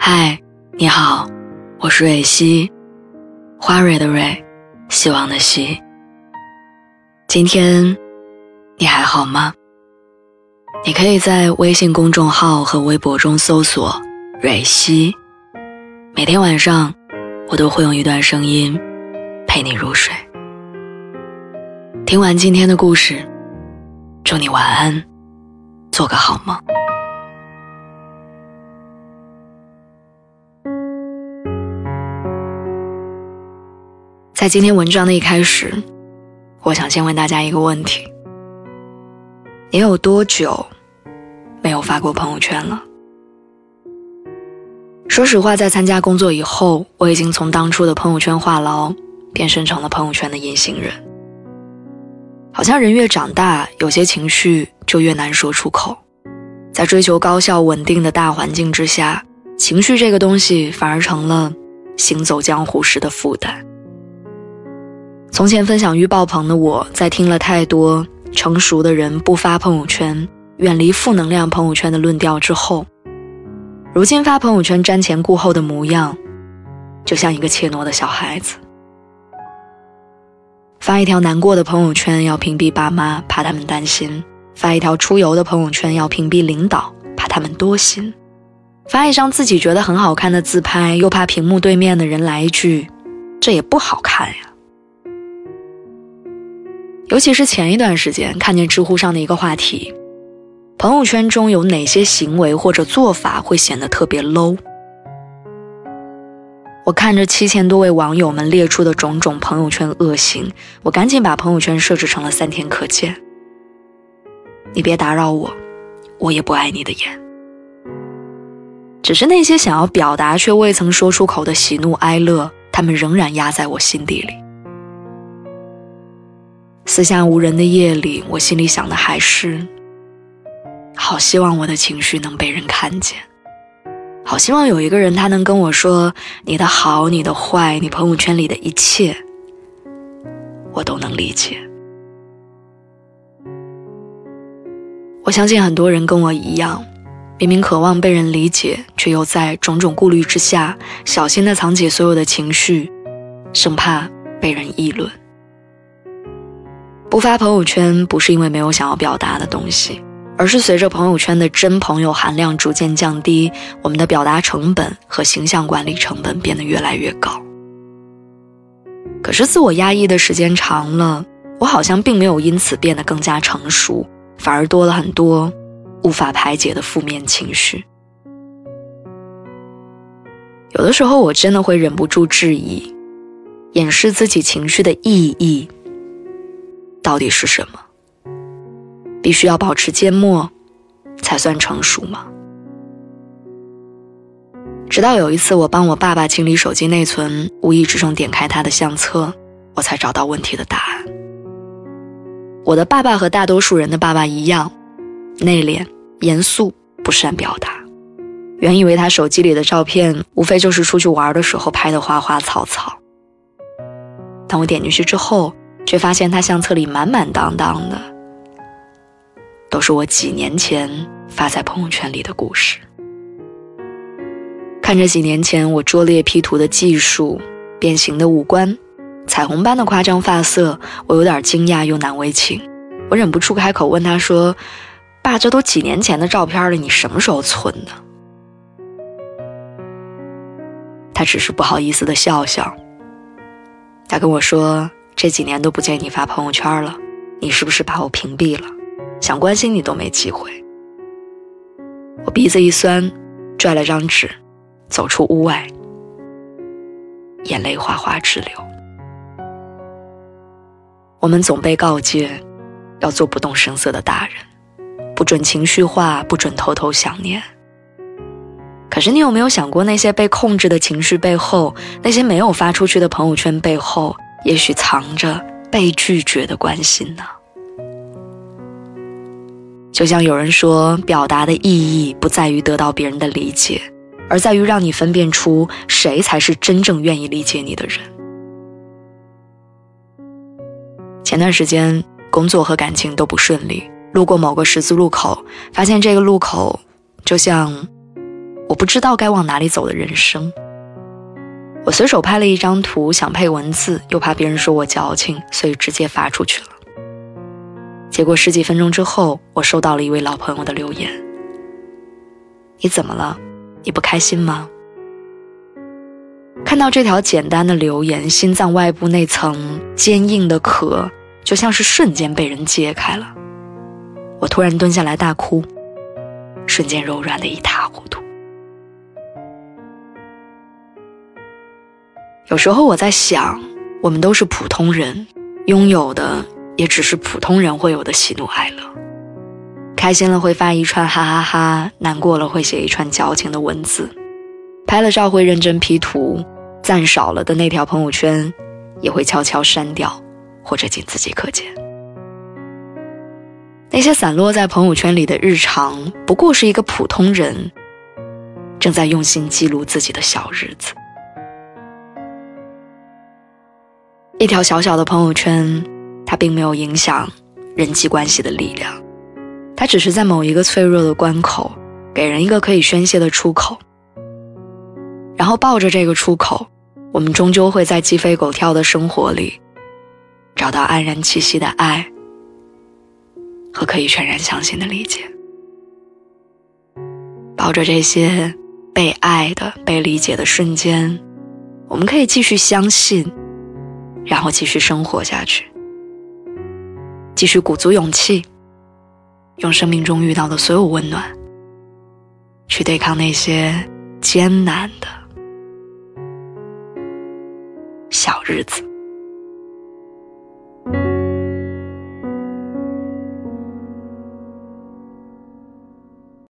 嗨，你好，我是蕊希，花蕊的蕊，希望的希。今天你还好吗？你可以在微信公众号和微博中搜索蕊希，每天晚上我都会用一段声音陪你入睡。听完今天的故事，祝你晚安，做个好梦。在今天文章的一开始，我想先问大家一个问题：你有多久没有发过朋友圈了？说实话，在参加工作以后，我已经从当初的朋友圈话痨变身成了朋友圈的隐形人。好像人越长大，有些情绪就越难说出口。在追求高效稳定的大环境之下，情绪这个东西反而成了行走江湖时的负担。从前分享欲爆棚的我，在听了太多成熟的人不发朋友圈，远离负能量朋友圈的论调之后，如今发朋友圈瞻前顾后的模样，就像一个怯懦的小孩子。发一条难过的朋友圈要屏蔽爸妈，怕他们担心；发一条出游的朋友圈要屏蔽领导，怕他们多心；发一张自己觉得很好看的自拍，又怕屏幕对面的人来一句这也不好看呀。尤其是前一段时间看见知乎上的一个话题，朋友圈中有哪些行为或者做法会显得特别 low。 我看着7000多位网友们列出的种种朋友圈恶行，我赶紧把朋友圈设置成了3天可见。你别打扰我，我也不碍你的眼。只是那些想要表达却未曾说出口的喜怒哀乐，他们仍然压在我心底里。四下无人的夜里，我心里想的还是好希望我的情绪能被人看见，好希望有一个人他能跟我说，你的好，你的坏，你朋友圈里的一切我都能理解。我相信很多人跟我一样，明明渴望被人理解，却又在种种顾虑之下小心地藏起所有的情绪，生怕被人议论。不发朋友圈不是因为没有想要表达的东西，而是随着朋友圈的真朋友含量逐渐降低，我们的表达成本和形象管理成本变得越来越高。可是自我压抑的时间长了，我好像并没有因此变得更加成熟，反而多了很多无法排解的负面情绪。有的时候我真的会忍不住质疑，掩饰自己情绪的意义到底是什么？必须要保持缄默才算成熟吗？直到有一次我帮我爸爸清理手机内存，无意之中点开他的相册，我才找到问题的答案。我的爸爸和大多数人的爸爸一样，内敛、严肃，不善表达。原以为他手机里的照片无非就是出去玩的时候拍的花花草草，当我点进去之后，却发现他相册里满满当当的都是我几年前发在朋友圈里的故事。看着几年前我拙劣 P 图的技术，变形的五官，彩虹般的夸张发色，我有点惊讶又难为情。我忍不住开口问他说，爸，这都几年前的照片了，你什么时候存的？他只是不好意思的笑笑。他跟我说，这几年都不见你发朋友圈了，你是不是把我屏蔽了？想关心你都没机会。我鼻子一酸，拽了张纸，走出屋外，眼泪哗哗直流。我们总被告诫要做不动声色的大人，不准情绪化，不准偷偷想念。可是你有没有想过，那些被控制的情绪背后，那些没有发出去的朋友圈背后，也许藏着被拒绝的关心呢？就像有人说，表达的意义不在于得到别人的理解，而在于让你分辨出谁才是真正愿意理解你的人。前段时间工作和感情都不顺利，路过某个十字路口，发现这个路口就像我不知道该往哪里走的人生。我随手拍了一张图，想配文字，又怕别人说我矫情，所以直接发出去了。结果10几分钟之后，我收到了一位老朋友的留言：你怎么了？你不开心吗？看到这条简单的留言，心脏外部那层坚硬的壳就像是瞬间被人揭开了。我突然蹲下来大哭，瞬间柔软的一塌糊涂。有时候我在想，我们都是普通人，拥有的也只是普通人会有的喜怒哀乐。开心了会发一串哈哈哈，难过了会写一串矫情的文字，拍了照会认真 P 图，赞少了的那条朋友圈也会悄悄删掉，或者仅自己可见。那些散落在朋友圈里的日常，不过是一个普通人正在用心记录自己的小日子。一条小小的朋友圈，它并没有影响人际关系的力量，它只是在某一个脆弱的关口，给人一个可以宣泄的出口。然后抱着这个出口，我们终究会在鸡飞狗跳的生活里，找到安然气息的爱和可以全然相信的理解。抱着这些被爱的、被理解的瞬间，我们可以继续相信，然后继续生活下去，继续鼓足勇气，用生命中遇到的所有温暖去对抗那些艰难的小日子。